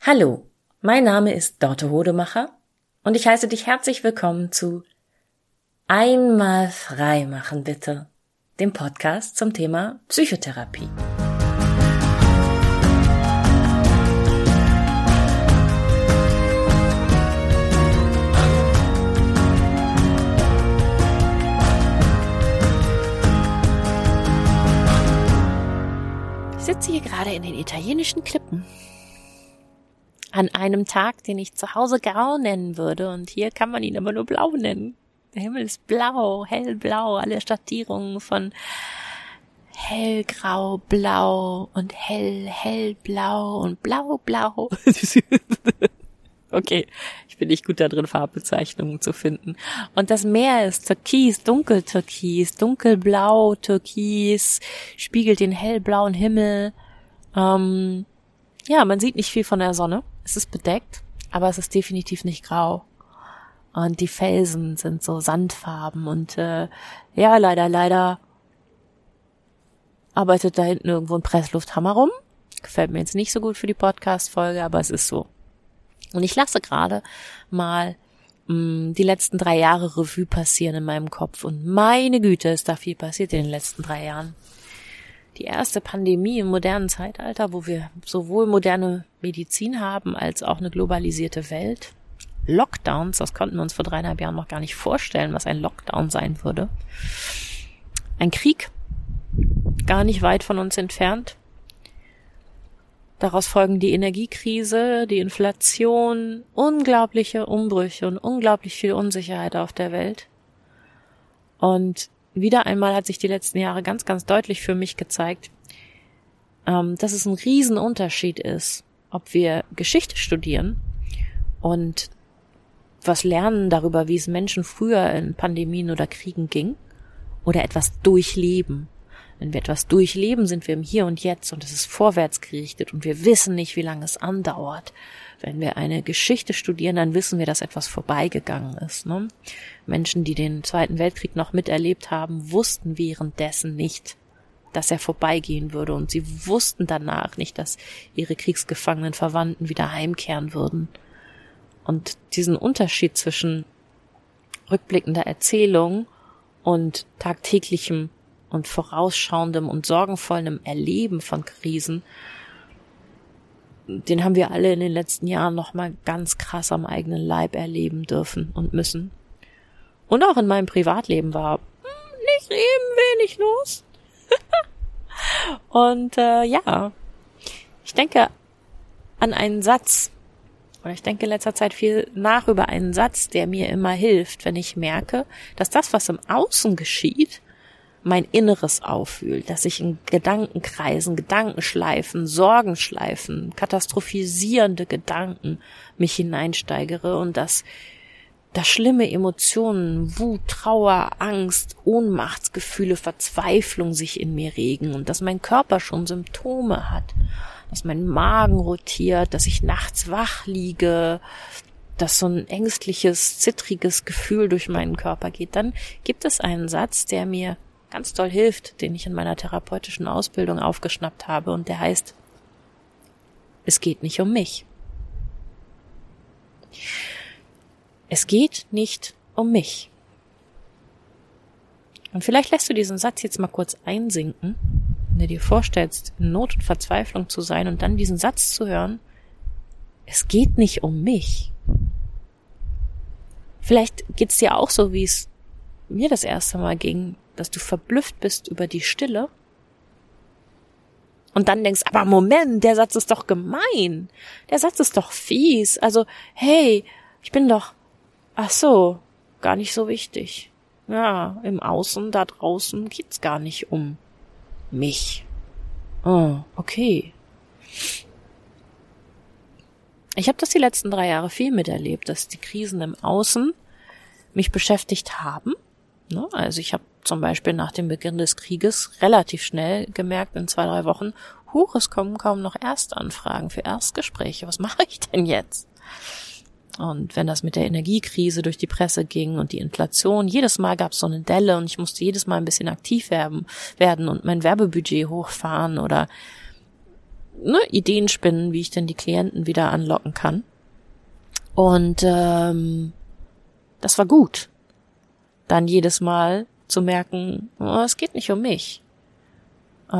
Hallo, mein Name ist Dorte Hodemacher und ich heiße dich herzlich willkommen zu Einmal frei machen bitte, dem Podcast zum Thema Psychotherapie. Ich sitze hier gerade in den italienischen Klippen. An einem Tag, den ich zu Hause grau nennen würde, und hier kann man ihn aber nur blau nennen. Der Himmel ist blau, hellblau, alle Schattierungen von hellgrau, blau und hellblau und blau. Okay, ich bin nicht gut darin, Farbbezeichnungen zu finden. Und das Meer ist türkis, dunkeltürkis, dunkelblau, türkis, spiegelt den hellblauen Himmel. Ja, man sieht nicht viel von der Sonne. Es ist bedeckt, aber es ist definitiv nicht grau. Und die Felsen sind so sandfarben und ja, leider arbeitet da hinten irgendwo ein Presslufthammer rum. Gefällt mir jetzt nicht so gut für die Podcast-Folge, aber es ist so. Und ich lasse gerade mal die letzten 3 Jahre Revue passieren in meinem Kopf. Und meine Güte, ist da viel passiert in den letzten 3 Jahren. Die erste Pandemie im modernen Zeitalter, wo wir sowohl moderne Medizin haben, als auch eine globalisierte Welt. Lockdowns, das konnten wir uns vor 3,5 Jahren noch gar nicht vorstellen, was ein Lockdown sein würde. Ein Krieg, gar nicht weit von uns entfernt. Daraus folgen die Energiekrise, die Inflation, unglaubliche Umbrüche und unglaublich viel Unsicherheit auf der Welt. Und wieder einmal hat sich die letzten Jahre ganz, ganz deutlich für mich gezeigt, dass es ein Riesenunterschied ist, ob wir Geschichte studieren und was lernen darüber, wie es Menschen früher in Pandemien oder Kriegen ging, oder etwas durchleben. Wenn wir etwas durchleben, sind wir im Hier und Jetzt und es ist vorwärts gerichtet und wir wissen nicht, wie lange es andauert. Wenn wir eine Geschichte studieren, dann wissen wir, dass etwas vorbeigegangen ist. Ne? Menschen, die den Zweiten Weltkrieg noch miterlebt haben, wussten währenddessen nicht, dass er vorbeigehen würde. Und sie wussten danach nicht, dass ihre kriegsgefangenen Verwandten wieder heimkehren würden. Und diesen Unterschied zwischen rückblickender Erzählung und tagtäglichem und vorausschauendem und sorgenvollem Erleben von Krisen, den haben wir alle in den letzten Jahren nochmal ganz krass am eigenen Leib erleben dürfen und müssen. Und auch in meinem Privatleben war nicht eben wenig los. Und ja, ich denke an einen Satz, oder ich denke in letzter Zeit viel nach über einen Satz, der mir immer hilft, wenn ich merke, dass das, was im Außen geschieht, mein Inneres aufwühlt, dass ich in Gedankenkreisen, Gedankenschleifen, Sorgenschleifen, katastrophisierende Gedanken mich hineinsteigere und dass schlimme Emotionen, Wut, Trauer, Angst, Ohnmachtsgefühle, Verzweiflung sich in mir regen und dass mein Körper schon Symptome hat, dass mein Magen rotiert, dass ich nachts wach liege, dass so ein ängstliches, zittriges Gefühl durch meinen Körper geht, dann gibt es einen Satz, der mir ganz doll hilft, den ich in meiner therapeutischen Ausbildung aufgeschnappt habe, und der heißt: Es geht nicht um mich. Es geht nicht um mich. Und vielleicht lässt du diesen Satz jetzt mal kurz einsinken, wenn du dir vorstellst, in Not und Verzweiflung zu sein und dann diesen Satz zu hören: Es geht nicht um mich. Vielleicht geht's dir auch so, wie es mir das erste Mal ging, dass du verblüfft bist über die Stille und dann denkst, aber Moment, der Satz ist doch gemein, der Satz ist doch fies, also hey, ich bin doch, ach so, gar nicht so wichtig. Ja, im Außen, da draußen geht's gar nicht um mich. Oh, okay. Ich habe das die letzten 3 Jahre viel miterlebt, dass die Krisen im Außen mich beschäftigt haben. Also ich habe zum Beispiel nach dem Beginn des Krieges relativ schnell gemerkt, in 2-3 Wochen, es kommen kaum noch Erstanfragen für Erstgespräche. Was mache ich denn jetzt? Und wenn das mit der Energiekrise durch die Presse ging und die Inflation, jedes Mal gab es so eine Delle und ich musste jedes Mal ein bisschen aktiv werden und mein Werbebudget hochfahren oder Ideen spinnen, wie ich denn die Klienten wieder anlocken kann. Und das war gut. Dann jedes Mal zu merken, es geht nicht um mich. Ich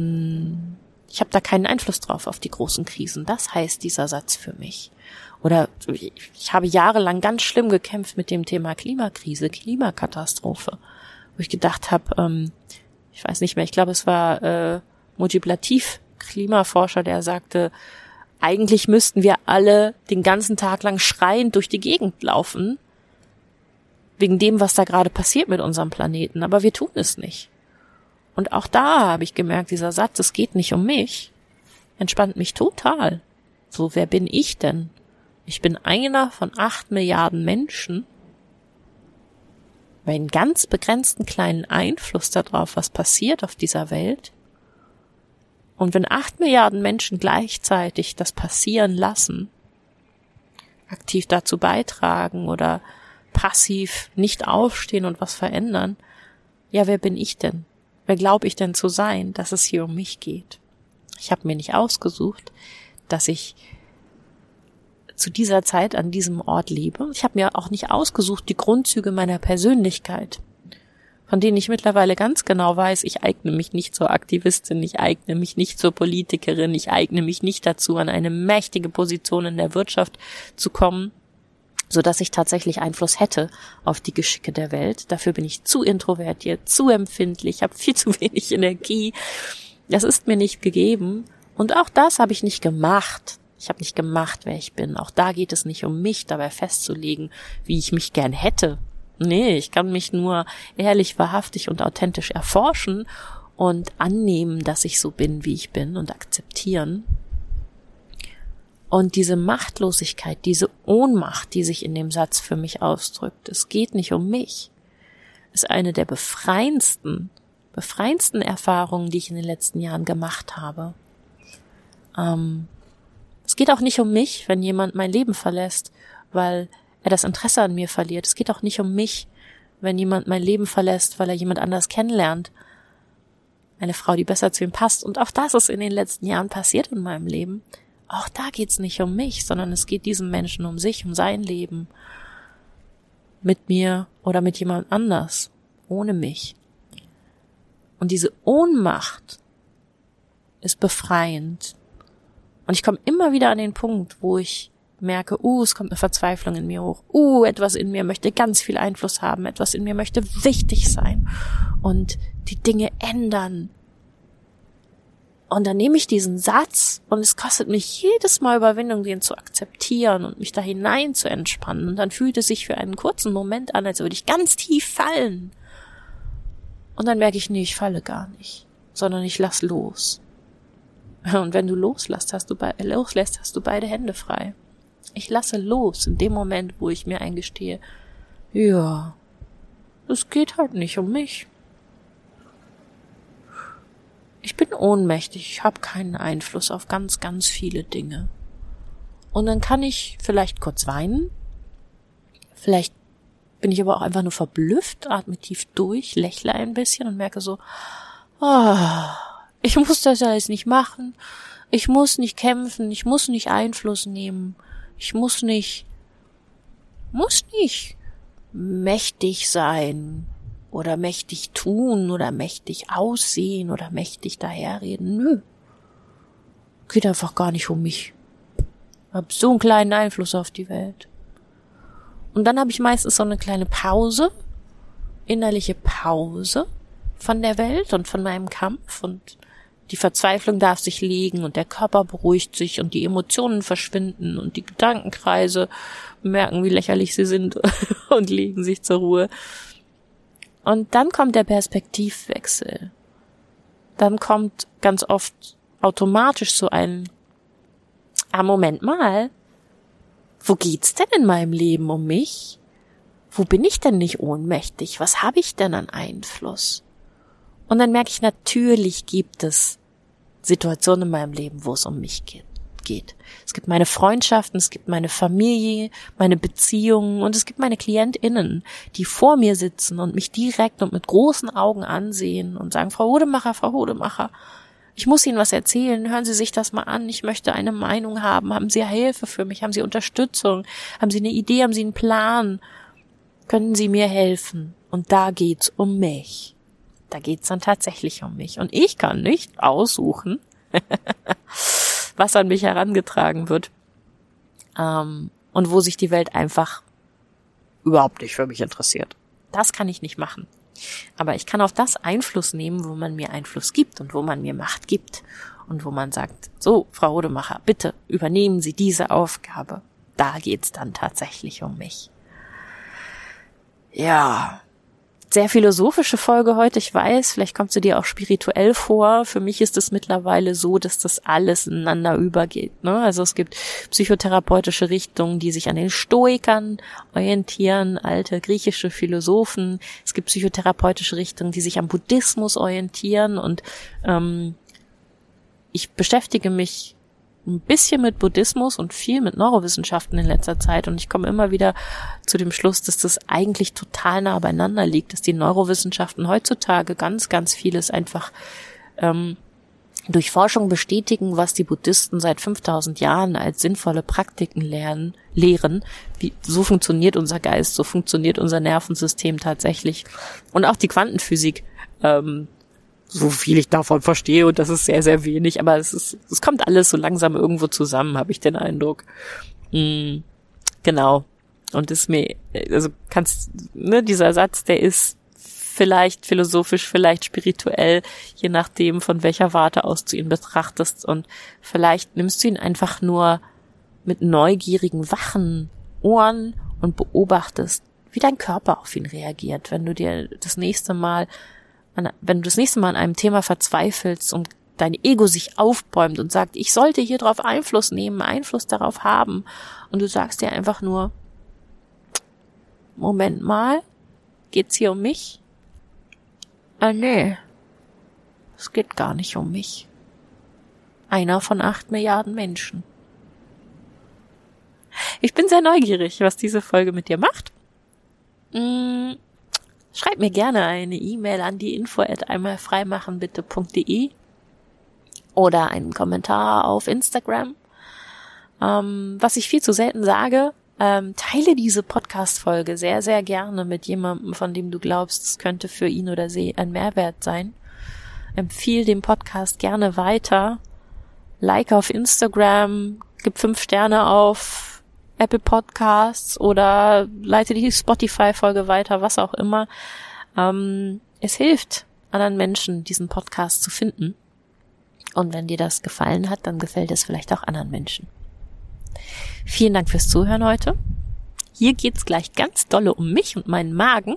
habe da keinen Einfluss drauf auf die großen Krisen. Das heißt dieser Satz für mich. Oder ich habe jahrelang ganz schlimm gekämpft mit dem Thema Klimakrise, Klimakatastrophe, wo ich gedacht habe, ich weiß nicht mehr, ich glaube es war Multiplativ, Klimaforscher, der sagte, eigentlich müssten wir alle den ganzen Tag lang schreiend durch die Gegend laufen, wegen dem, was da gerade passiert mit unserem Planeten, aber wir tun es nicht. Und auch da habe ich gemerkt, dieser Satz, es geht nicht um mich, entspannt mich total. So, wer bin ich denn? Ich bin einer von 8 Milliarden Menschen, mit einem ganz begrenzten kleinen Einfluss darauf, was passiert auf dieser Welt. Und wenn 8 Milliarden Menschen gleichzeitig das passieren lassen, aktiv dazu beitragen oder passiv nicht aufstehen und was verändern, ja, wer bin ich denn? Wer glaube ich denn zu sein, dass es hier um mich geht? Ich habe mir nicht ausgesucht, dass ich zu dieser Zeit an diesem Ort lebe. Ich habe mir auch nicht ausgesucht die Grundzüge meiner Persönlichkeit, von denen ich mittlerweile ganz genau weiß, ich eigne mich nicht zur Aktivistin, ich eigne mich nicht zur Politikerin, ich eigne mich nicht dazu, an eine mächtige Position in der Wirtschaft zu kommen, so dass ich tatsächlich Einfluss hätte auf die Geschicke der Welt. Dafür bin ich zu introvertiert, zu empfindlich, habe viel zu wenig Energie. Das ist mir nicht gegeben. Und auch das habe ich nicht gemacht. Ich habe nicht gemacht, wer ich bin. Auch da geht es nicht um mich, dabei festzulegen, wie ich mich gern hätte. Nee, ich kann mich nur ehrlich, wahrhaftig und authentisch erforschen und annehmen, dass ich so bin, wie ich bin und akzeptieren. Und diese Machtlosigkeit, diese Ohnmacht, die sich in dem Satz für mich ausdrückt, es geht nicht um mich, ist eine der befreiendsten Erfahrungen, die ich in den letzten Jahren gemacht habe. Es geht auch nicht um mich, wenn jemand mein Leben verlässt, weil er das Interesse an mir verliert. Es geht auch nicht um mich, wenn jemand mein Leben verlässt, weil er jemand anders kennenlernt. Eine Frau, die besser zu ihm passt. Und auch das ist in den letzten Jahren passiert in meinem Leben. Auch da geht's nicht um mich, sondern es geht diesem Menschen um sich, um sein Leben. Mit mir oder mit jemand anders. Ohne mich. Und diese Ohnmacht ist befreiend. Und ich komme immer wieder an den Punkt, wo ich merke, es kommt eine Verzweiflung in mir hoch. Etwas in mir möchte ganz viel Einfluss haben. Etwas in mir möchte wichtig sein. Und die Dinge ändern. Und dann nehme ich diesen Satz und es kostet mich jedes Mal Überwindung, den zu akzeptieren und mich da hinein zu entspannen. Und dann fühlt es sich für einen kurzen Moment an, als würde ich ganz tief fallen. Und dann merke ich, nee, ich falle gar nicht, sondern ich lass los. Und wenn du loslässt, hast du beide Hände frei. Ich lasse los in dem Moment, wo ich mir eingestehe, ja, es geht halt nicht um mich. Ich bin ohnmächtig, ich habe keinen Einfluss auf ganz, ganz viele Dinge. Und dann kann ich vielleicht kurz weinen, vielleicht bin ich aber auch einfach nur verblüfft, atme tief durch, lächle ein bisschen und merke so, ich muss das alles nicht machen, ich muss nicht kämpfen, ich muss nicht Einfluss nehmen, ich muss nicht mächtig sein oder mächtig tun oder mächtig aussehen oder mächtig daherreden. Nö. Geht einfach gar nicht um mich. Ich habe so einen kleinen Einfluss auf die Welt. Und dann habe ich meistens so eine kleine Pause, innerliche Pause von der Welt und von meinem Kampf und die Verzweiflung darf sich legen und der Körper beruhigt sich und die Emotionen verschwinden und die Gedankenkreise merken, wie lächerlich sie sind und legen sich zur Ruhe. Und dann kommt der Perspektivwechsel. Dann kommt ganz oft automatisch so ein, Moment mal, wo geht's denn in meinem Leben um mich? Wo bin ich denn nicht ohnmächtig? Was habe ich denn an Einfluss? Und dann merke ich, natürlich gibt es Situationen in meinem Leben, wo es um mich geht. Es gibt meine Freundschaften, es gibt meine Familie, meine Beziehungen und es gibt meine KlientInnen, die vor mir sitzen und mich direkt und mit großen Augen ansehen und sagen, Frau Hodemacher, Ich muss Ihnen was erzählen, hören Sie sich das mal an, ich möchte eine Meinung haben, haben Sie Hilfe für mich, haben Sie Unterstützung, haben Sie eine Idee, haben Sie einen Plan, können Sie mir helfen? Und da geht's um mich. Da geht's dann tatsächlich um mich. Und ich kann nicht aussuchen, was an mich herangetragen wird, und wo sich die Welt einfach überhaupt nicht für mich interessiert. Das kann ich nicht machen. Aber ich kann auf das Einfluss nehmen, wo man mir Einfluss gibt und wo man mir Macht gibt und wo man sagt, so, Frau Rodemacher, bitte übernehmen Sie diese Aufgabe. Da geht's dann tatsächlich um mich. Ja, sehr philosophische Folge heute, ich weiß, vielleicht kommt sie dir auch spirituell vor. Für mich ist es mittlerweile so, dass das alles ineinander übergeht, ne? Also es gibt psychotherapeutische Richtungen, die sich an den Stoikern orientieren, alte griechische Philosophen. Es gibt psychotherapeutische Richtungen, die sich am Buddhismus orientieren und ich beschäftige mich ein bisschen mit Buddhismus und viel mit Neurowissenschaften in letzter Zeit und ich komme immer wieder zu dem Schluss, dass das eigentlich total nah beieinander liegt, dass die Neurowissenschaften heutzutage ganz, ganz vieles einfach durch Forschung bestätigen, was die Buddhisten seit 5000 Jahren als sinnvolle Praktiken lehren. So funktioniert unser Geist, so funktioniert unser Nervensystem tatsächlich und auch die Quantenphysik, so viel ich davon verstehe, und das ist sehr, sehr wenig, aber es kommt alles so langsam irgendwo zusammen, habe ich den Eindruck. Genau. Und ist mir, also dieser Satz, der ist vielleicht philosophisch, vielleicht spirituell, je nachdem, von welcher Warte aus du ihn betrachtest, und vielleicht nimmst du ihn einfach nur mit neugierigen, wachen Ohren und beobachtest, wie dein Körper auf ihn reagiert, wenn du das nächste Mal an einem Thema verzweifelst und dein Ego sich aufbäumt und sagt, ich sollte hier drauf Einfluss nehmen, Einfluss darauf haben, und du sagst dir einfach nur, Moment mal, geht's hier um mich? Nee, es geht gar nicht um mich. Einer von 8 Milliarden Menschen. Ich bin sehr neugierig, was diese Folge mit dir macht. Schreib mir gerne eine E-Mail an die info@einmalfreimachenbitte.de oder einen Kommentar auf Instagram. Was ich viel zu selten sage, teile diese Podcast-Folge sehr, sehr gerne mit jemandem, von dem du glaubst, es könnte für ihn oder sie ein Mehrwert sein. Empfiehl den Podcast gerne weiter. Like auf Instagram, gib 5 Sterne auf Apple Podcasts oder leite die Spotify-Folge weiter, was auch immer. Es hilft anderen Menschen, diesen Podcast zu finden. Und wenn dir das gefallen hat, dann gefällt es vielleicht auch anderen Menschen. Vielen Dank fürs Zuhören heute. Hier geht's gleich ganz dolle um mich und meinen Magen.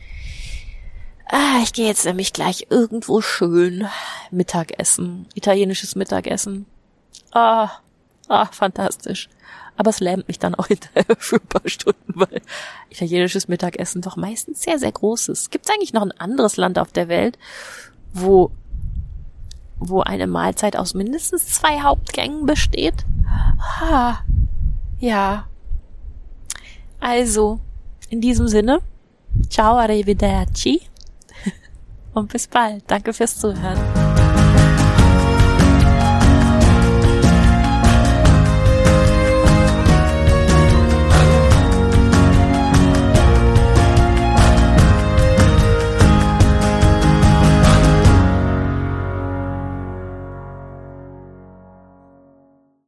Ich gehe jetzt nämlich gleich irgendwo schön Mittagessen, italienisches Mittagessen. Fantastisch. Aber es lähmt mich dann auch hinterher für ein paar Stunden, weil italienisches Mittagessen doch meistens sehr, sehr groß ist. Gibt es eigentlich noch ein anderes Land auf der Welt, wo eine Mahlzeit aus mindestens 2 Hauptgängen besteht? Ja. Also, in diesem Sinne, ciao, arrivederci und bis bald. Danke fürs Zuhören.